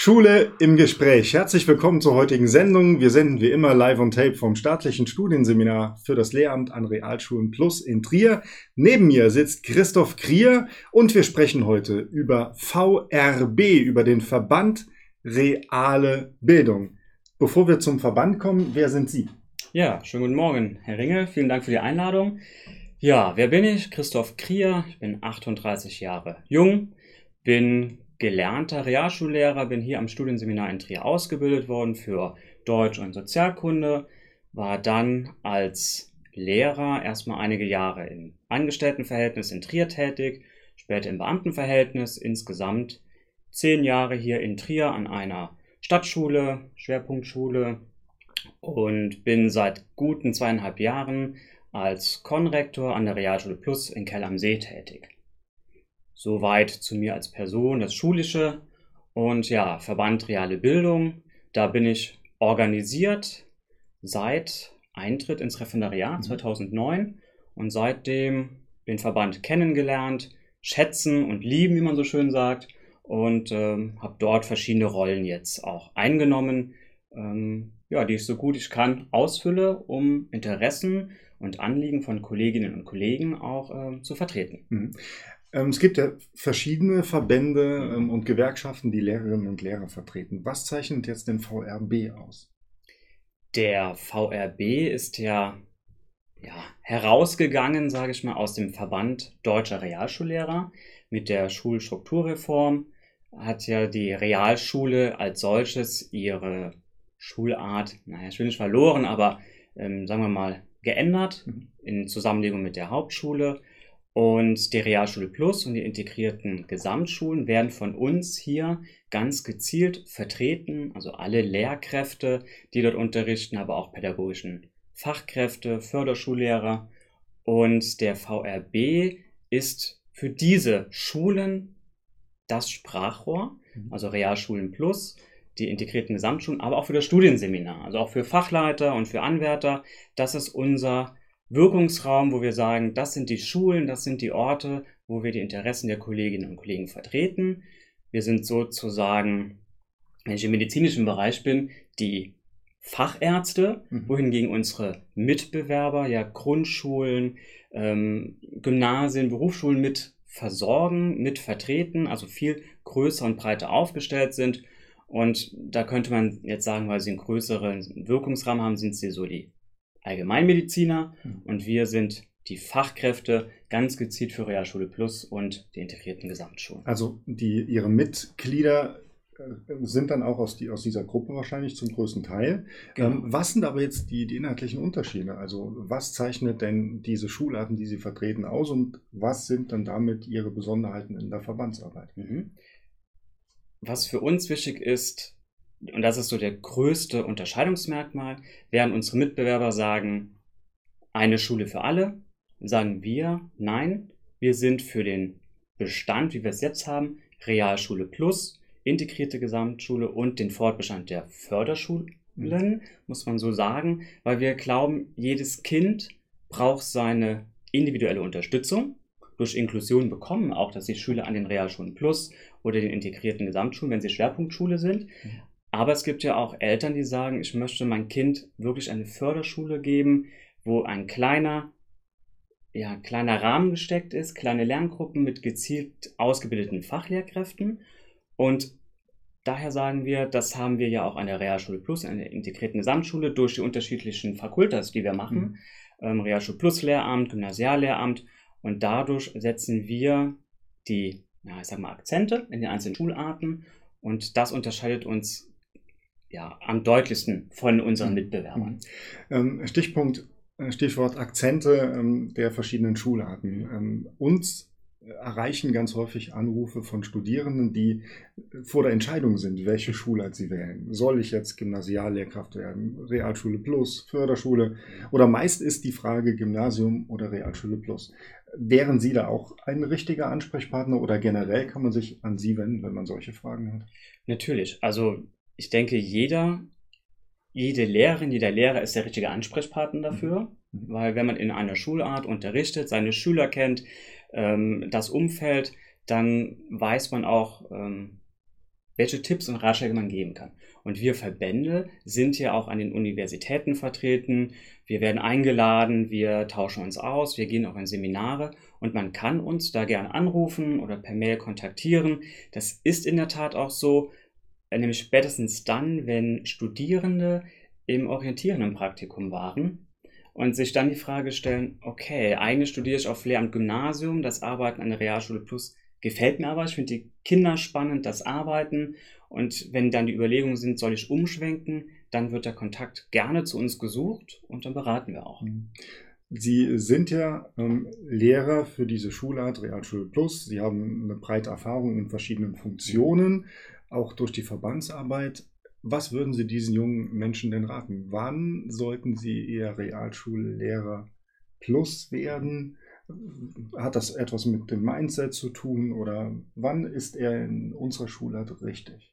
Schule im Gespräch. Herzlich willkommen zur heutigen Sendung. Wir senden wie immer live on tape vom staatlichen Studienseminar für das Lehramt an Realschulen Plus in Trier. Neben mir sitzt Christoph Krier und wir sprechen heute über VRB, über den Verband Reale Bildung. Bevor wir zum Verband kommen, wer sind Sie? Ja, schönen guten Morgen, Herr Ringe. Vielen Dank für die Einladung. Ja, wer bin ich? Christoph Krier. Ich bin 38 Jahre jung, bin gelernter Realschullehrer, bin hier am Studienseminar in Trier ausgebildet worden für Deutsch und Sozialkunde, war dann als Lehrer erstmal einige Jahre im Angestelltenverhältnis in Trier tätig, später im Beamtenverhältnis, insgesamt 10 Jahre hier in Trier an einer Stadtschule, Schwerpunktschule, und bin seit guten 2,5 Jahren als Konrektor an der Realschule Plus in Kell am See tätig. Soweit zu mir als Person, das Schulische. Und ja, Verband Reale Bildung, da bin ich organisiert seit Eintritt ins Referendariat 2009 und seitdem den Verband kennengelernt, schätzen und lieben, wie man so schön sagt, und habe dort verschiedene Rollen jetzt auch eingenommen, die ich so gut ich kann ausfülle, um Interessen und Anliegen von Kolleginnen und Kollegen auch zu vertreten. Es gibt ja verschiedene Verbände und Gewerkschaften, die Lehrerinnen und Lehrer vertreten. Was zeichnet jetzt den VRB aus? Der VRB ist ja herausgegangen, sage ich mal, aus dem Verband Deutscher Realschullehrer. Mit der Schulstrukturreform hat ja die Realschule als solches ihre Schulart, ich will nicht verloren, aber sagen wir mal geändert in Zusammenlegung mit der Hauptschule. Und die Realschule Plus und die integrierten Gesamtschulen werden von uns hier ganz gezielt vertreten, also alle Lehrkräfte, die dort unterrichten, aber auch pädagogischen Fachkräfte, Förderschullehrer. Und der VRB ist für diese Schulen das Sprachrohr, also Realschulen Plus, die integrierten Gesamtschulen, aber auch für das Studienseminar, also auch für Fachleiter und für Anwärter. Das ist unser Wirkungsraum, wo wir sagen, das sind die Schulen, das sind die Orte, wo wir die Interessen der Kolleginnen und Kollegen vertreten. Wir sind sozusagen, wenn ich im medizinischen Bereich bin, die Fachärzte, wohingegen unsere Mitbewerber ja Grundschulen, Gymnasien, Berufsschulen mit versorgen, mit vertreten, also viel größer und breiter aufgestellt sind. Und da könnte man jetzt sagen, weil sie einen größeren Wirkungsrahmen haben, sind sie so die Allgemeinmediziner und wir sind die Fachkräfte ganz gezielt für Realschule Plus und die integrierten Gesamtschulen. Also ihre Mitglieder sind dann auch aus dieser Gruppe wahrscheinlich zum größten Teil. Genau. Was sind aber jetzt die inhaltlichen Unterschiede? Also was zeichnet denn diese Schularten, die Sie vertreten, aus und was sind dann damit Ihre Besonderheiten in der Verbandsarbeit? Was für uns wichtig ist, und das ist so der größte Unterscheidungsmerkmal, während unsere Mitbewerber sagen, eine Schule für alle, sagen wir, nein, wir sind für den Bestand, wie wir es jetzt haben, Realschule Plus, integrierte Gesamtschule und den Fortbestand der Förderschulen, muss man so sagen, weil wir glauben, jedes Kind braucht seine individuelle Unterstützung durch Inklusion bekommen, auch dass die Schüler an den Realschulen Plus oder den integrierten Gesamtschulen, wenn sie Schwerpunktschule sind. Aber es gibt ja auch Eltern, die sagen, ich möchte mein Kind wirklich eine Förderschule geben, wo ein kleiner Rahmen gesteckt ist, kleine Lerngruppen mit gezielt ausgebildeten Fachlehrkräften. Und daher sagen wir, das haben wir ja auch an der Realschule Plus, an der integrierten Gesamtschule, durch die unterschiedlichen Fakultas, die wir machen. Realschule Plus Lehramt, Gymnasiallehramt. Und dadurch setzen wir die Akzente in den einzelnen Schularten. Und das unterscheidet uns am deutlichsten von unseren Mitbewerbern. Stichwort Akzente der verschiedenen Schularten. Uns erreichen ganz häufig Anrufe von Studierenden, die vor der Entscheidung sind, welche Schulart sie wählen. Soll ich jetzt Gymnasiallehrkraft werden, Realschule Plus, Förderschule? Oder meist ist die Frage Gymnasium oder Realschule Plus. Wären Sie da auch ein richtiger Ansprechpartner oder generell kann man sich an Sie wenden, wenn man solche Fragen hat? Natürlich. Also ich denke, jede Lehrerin, jeder Lehrer ist der richtige Ansprechpartner dafür, weil wenn man in einer Schulart unterrichtet, seine Schüler kennt, das Umfeld, dann weiß man auch, welche Tipps und Ratschläge man geben kann. Und wir Verbände sind ja auch an den Universitäten vertreten. Wir werden eingeladen, wir tauschen uns aus, wir gehen auch in Seminare und man kann uns da gerne anrufen oder per Mail kontaktieren. Das ist in der Tat auch so, nämlich spätestens dann, wenn Studierende im orientierenden Praktikum waren und sich dann die Frage stellen, okay, eigentlich studiere ich auf Lehramt Gymnasium, das Arbeiten an der Realschule Plus gefällt mir aber, ich finde die Kinder spannend, das Arbeiten, und wenn dann die Überlegungen sind, soll ich umschwenken, dann wird der Kontakt gerne zu uns gesucht und dann beraten wir auch. Sie sind ja Lehrer für diese Schulart Realschule Plus. Sie haben eine breite Erfahrung in verschiedenen Funktionen, auch durch die Verbandsarbeit. Was würden Sie diesen jungen Menschen denn raten? Wann sollten sie eher Realschullehrer Plus werden? Hat das etwas mit dem Mindset zu tun oder wann ist er in unserer Schulart richtig?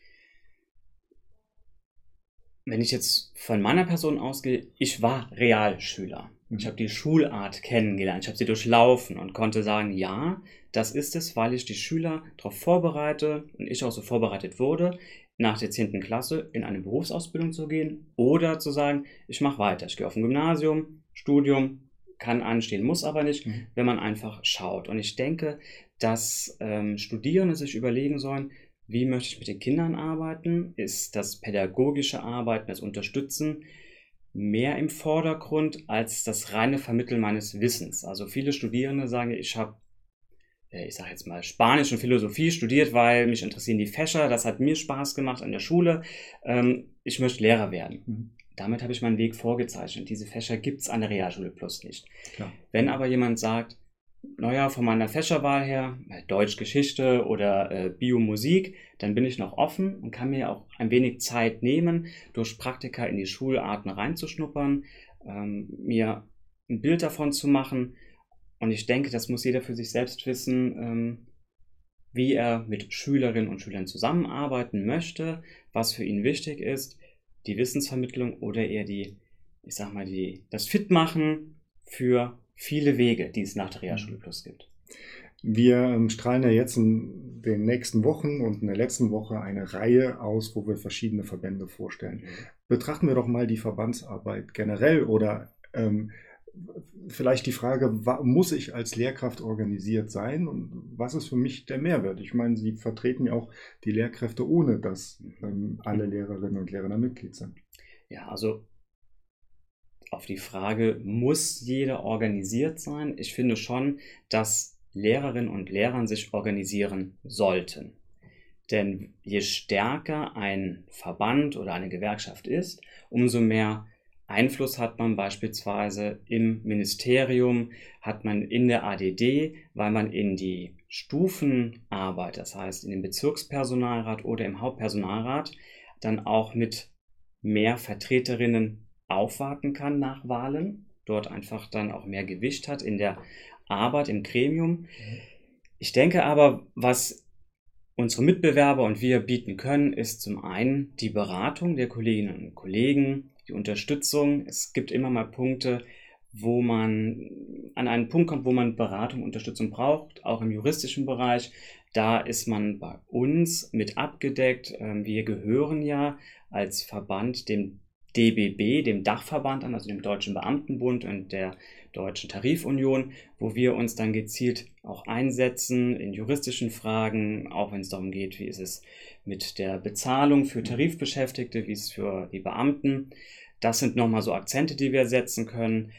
Wenn ich jetzt von meiner Person ausgehe, ich war Realschüler. Ich habe die Schulart kennengelernt, ich habe sie durchlaufen und konnte sagen, ja, das ist es, weil ich die Schüler darauf vorbereite und ich auch so vorbereitet wurde, nach der 10. Klasse in eine Berufsausbildung zu gehen oder zu sagen, ich mache weiter, ich gehe auf ein Gymnasium, Studium, kann anstehen, muss aber nicht, wenn man einfach schaut. Und ich denke, dass Studierende sich überlegen sollen, wie möchte ich mit den Kindern arbeiten? Ist das pädagogische Arbeiten, das Unterstützen mehr im Vordergrund als das reine Vermitteln meines Wissens? Also viele Studierende sagen, ich habe, ich sage jetzt mal, Spanisch und Philosophie studiert, weil mich interessieren die Fächer, das hat mir Spaß gemacht an der Schule, ich möchte Lehrer werden. Damit habe ich meinen Weg vorgezeichnet. Diese Fächer gibt es an der Realschule Plus nicht. Klar. Wenn aber jemand sagt, naja, von meiner Fächerwahl her, Deutsch, Geschichte oder Biomusik, dann bin ich noch offen und kann mir auch ein wenig Zeit nehmen, durch Praktika in die Schularten reinzuschnuppern, mir ein Bild davon zu machen. Und ich denke, das muss jeder für sich selbst wissen, wie er mit Schülerinnen und Schülern zusammenarbeiten möchte, was für ihn wichtig ist, die Wissensvermittlung oder eher das Fitmachen für viele Wege, die es nach der Realschule Plus gibt. Wir strahlen ja jetzt in den nächsten Wochen und in der letzten Woche eine Reihe aus, wo wir verschiedene Verbände vorstellen. Betrachten wir doch mal die Verbandsarbeit generell oder vielleicht die Frage, muss ich als Lehrkraft organisiert sein und was ist für mich der Mehrwert? Ich meine, Sie vertreten ja auch die Lehrkräfte, ohne dass alle Lehrerinnen und Lehrer da Mitglied sind. Ja, also auf die Frage, muss jeder organisiert sein? Ich finde schon, dass Lehrerinnen und Lehrer sich organisieren sollten. Denn je stärker ein Verband oder eine Gewerkschaft ist, umso mehr Einfluss hat man beispielsweise im Ministerium, hat man in der ADD, weil man in die Stufenarbeit, das heißt in den Bezirkspersonalrat oder im Hauptpersonalrat, dann auch mit mehr Vertreterinnen aufwarten kann nach Wahlen, dort einfach dann auch mehr Gewicht hat in der Arbeit im Gremium. Ich denke aber, was unsere Mitbewerber und wir bieten können, ist zum einen die Beratung der Kolleginnen und Kollegen, die Unterstützung. Es gibt immer mal Punkte, wo man an einen Punkt kommt, wo man Beratung, Unterstützung braucht, auch im juristischen Bereich. Da ist man bei uns mit abgedeckt. Wir gehören ja als Verband dem DBB, dem Dachverband an, also dem Deutschen Beamtenbund und der Deutschen Tarifunion, wo wir uns dann gezielt auch einsetzen in juristischen Fragen, auch wenn es darum geht, wie ist es mit der Bezahlung für Tarifbeschäftigte, wie ist es für die Beamten. Das sind nochmal so Akzente, die wir setzen können.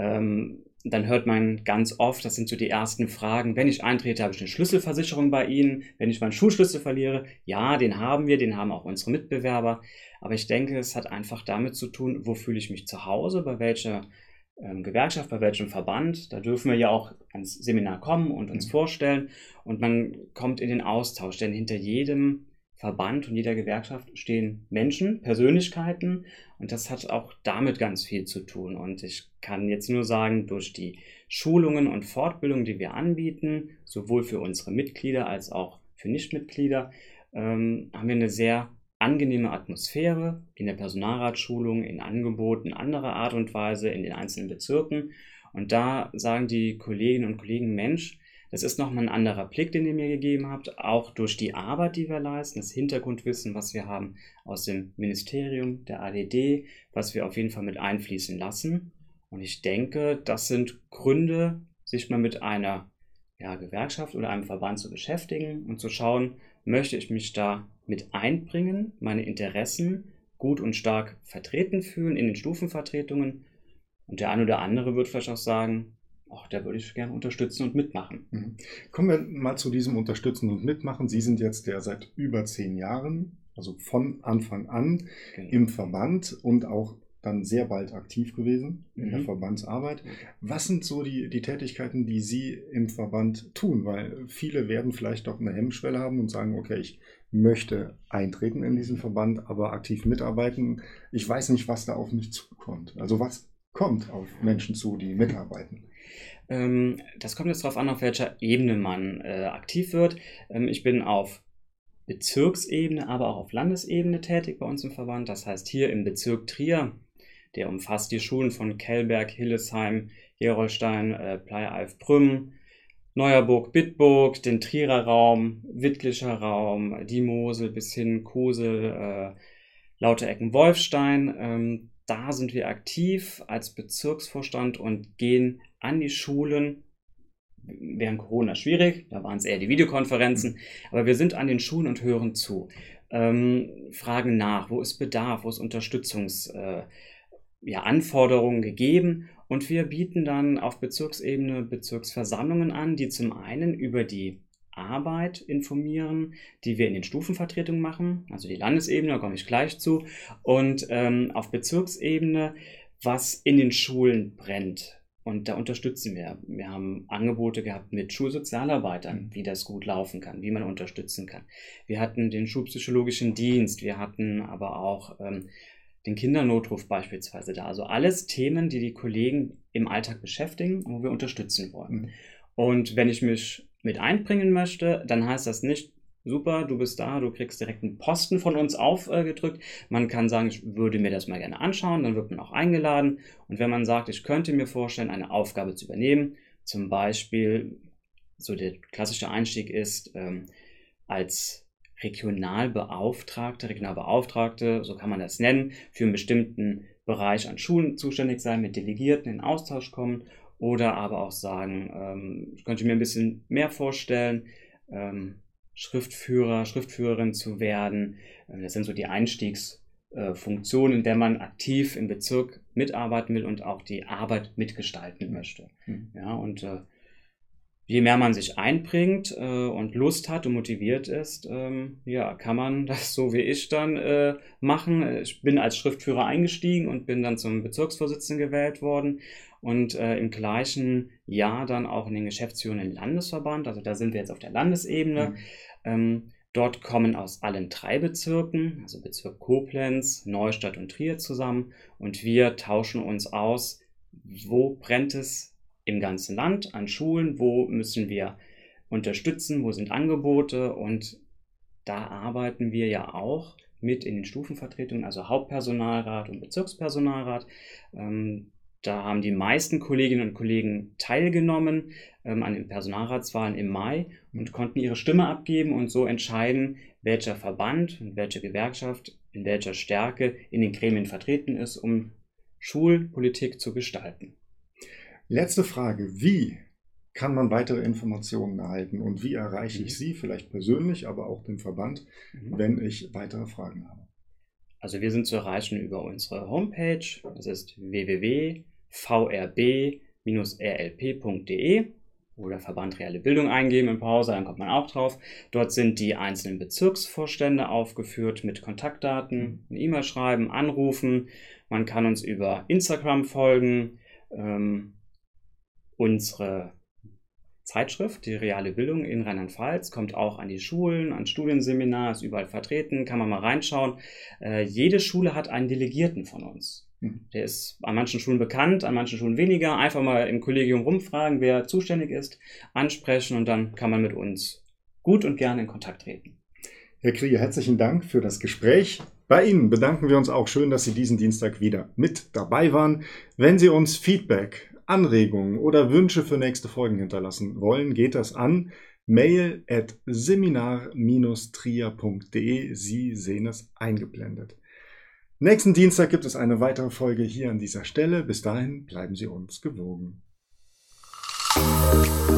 Dann hört man ganz oft, das sind so die ersten Fragen, wenn ich eintrete, habe ich eine Schlüsselversicherung bei Ihnen, wenn ich meinen Schulschlüssel verliere, ja, den haben wir, den haben auch unsere Mitbewerber, aber ich denke, es hat einfach damit zu tun, wo fühle ich mich zu Hause, bei welcher Gewerkschaft, bei welchem Verband, da dürfen wir ja auch ans Seminar kommen und uns vorstellen und man kommt in den Austausch, denn hinter jedem Verband und jeder Gewerkschaft stehen Menschen, Persönlichkeiten und das hat auch damit ganz viel zu tun. Und ich kann jetzt nur sagen, durch die Schulungen und Fortbildungen, die wir anbieten, sowohl für unsere Mitglieder als auch für Nichtmitglieder, haben wir eine sehr angenehme Atmosphäre in der Personalratsschulung, in Angeboten anderer Art und Weise in den einzelnen Bezirken. Und da sagen die Kolleginnen und Kollegen, Mensch, Das ist nochmal ein anderer Blick, den ihr mir gegeben habt, auch durch die Arbeit, die wir leisten, das Hintergrundwissen, was wir haben aus dem Ministerium, der ADD, was wir auf jeden Fall mit einfließen lassen. Und ich denke, das sind Gründe, sich mal mit einer Gewerkschaft oder einem Verband zu beschäftigen und zu schauen, möchte ich mich da mit einbringen, meine Interessen gut und stark vertreten fühlen in den Stufenvertretungen. Und der eine oder andere wird vielleicht auch sagen, da würde ich gerne unterstützen und mitmachen. Kommen wir mal zu diesem Unterstützen und Mitmachen. Sie sind jetzt seit über 10 Jahren, also von Anfang an im Verband und auch dann sehr bald aktiv gewesen in der Verbandsarbeit. Was sind so die Tätigkeiten, die Sie im Verband tun? Weil viele werden vielleicht doch eine Hemmschwelle haben und sagen, okay, ich möchte eintreten in diesen Verband, aber aktiv mitarbeiten. Ich weiß nicht, was da auf mich zukommt. Also was kommt auf Menschen zu, die mitarbeiten? Das kommt jetzt darauf an, auf welcher Ebene man aktiv wird. Ich bin auf Bezirksebene, aber auch auf Landesebene tätig bei uns im Verband. Das heißt, hier im Bezirk Trier, der umfasst die Schulen von Kellberg, Hillesheim, Gerolstein, Playa-Alf-Prüm, Neuerburg, Bitburg, den Trierer Raum, Wittlicher Raum, die Mosel bis hin Kusel, Lauterecken, Wolfstein. Da sind wir aktiv als Bezirksvorstand und gehen an die Schulen. Während Corona schwierig, da waren es eher die Videokonferenzen, aber wir sind an den Schulen und hören zu. Fragen nach, wo ist Bedarf, wo ist Anforderungen gegeben, und wir bieten dann auf Bezirksebene Bezirksversammlungen an, die zum einen über die Arbeit informieren, die wir in den Stufenvertretungen machen, also die Landesebene, da komme ich gleich zu, und auf Bezirksebene, was in den Schulen brennt. Und da unterstützen wir. Wir haben Angebote gehabt mit Schulsozialarbeitern, wie das gut laufen kann, wie man unterstützen kann. Wir hatten den Schulpsychologischen Dienst, wir hatten aber auch den Kindernotruf beispielsweise da. Also alles Themen, die die Kollegen im Alltag beschäftigen und wo wir unterstützen wollen. Und wenn ich mich mit einbringen möchte, dann heißt das nicht, super, du bist da, du kriegst direkt einen Posten von uns aufgedrückt. Man kann sagen, ich würde mir das mal gerne anschauen, dann wird man auch eingeladen. Und wenn man sagt, ich könnte mir vorstellen, eine Aufgabe zu übernehmen, zum Beispiel, so der klassische Einstieg ist, als Regionalbeauftragte, so kann man das nennen, für einen bestimmten Bereich an Schulen zuständig sein, mit Delegierten in Austausch kommen, oder aber auch sagen, ich könnte mir ein bisschen mehr vorstellen, Schriftführerin zu werden. Das sind so die Einstiegsfunktionen, in der man aktiv im Bezirk mitarbeiten will und auch die Arbeit mitgestalten möchte. Ja, und je mehr man sich einbringt und Lust hat und motiviert ist, kann man das so wie ich dann machen. Ich bin als Schriftführer eingestiegen und bin dann zum Bezirksvorsitzenden gewählt worden und im gleichen Jahr dann auch in den geschäftsführenden Landesverband. Also da sind wir jetzt auf der Landesebene. Dort kommen aus allen 3 Bezirken, also Bezirk Koblenz, Neustadt und Trier zusammen, und wir tauschen uns aus, wo brennt es im ganzen Land an Schulen, wo müssen wir unterstützen, wo sind Angebote, und da arbeiten wir ja auch mit in den Stufenvertretungen, also Hauptpersonalrat und Bezirkspersonalrat. Da haben die meisten Kolleginnen und Kollegen teilgenommen an den Personalratswahlen im Mai und konnten ihre Stimme abgeben und so entscheiden, welcher Verband und welche Gewerkschaft in welcher Stärke in den Gremien vertreten ist, um Schulpolitik zu gestalten. Letzte Frage: Wie kann man weitere Informationen erhalten und wie erreiche ich Sie, vielleicht persönlich, aber auch den Verband, wenn ich weitere Fragen habe? Also wir sind zu erreichen über unsere Homepage, das ist www.vrb-rlp.de, oder Verband Reale Bildung eingeben im Browser, dann kommt man auch drauf. Dort sind die einzelnen Bezirksvorstände aufgeführt mit Kontaktdaten, eine E-Mail schreiben, anrufen. Man kann uns über Instagram folgen. Unsere Zeitschrift, die Reale Bildung in Rheinland-Pfalz, kommt auch an die Schulen, an Studienseminare, ist überall vertreten, kann man mal reinschauen. Jede Schule hat einen Delegierten von uns. Der ist an manchen Schulen bekannt, an manchen Schulen weniger. Einfach mal im Kollegium rumfragen, wer zuständig ist, ansprechen, und dann kann man mit uns gut und gerne in Kontakt treten. Herr Krieger, herzlichen Dank für das Gespräch. Bei Ihnen bedanken wir uns auch. Schön, dass Sie diesen Dienstag wieder mit dabei waren. Wenn Sie uns Feedback, Anregungen oder Wünsche für nächste Folgen hinterlassen wollen, geht das an mail@seminar-trier.de. Sie sehen es eingeblendet. Nächsten Dienstag gibt es eine weitere Folge hier an dieser Stelle. Bis dahin bleiben Sie uns gewogen.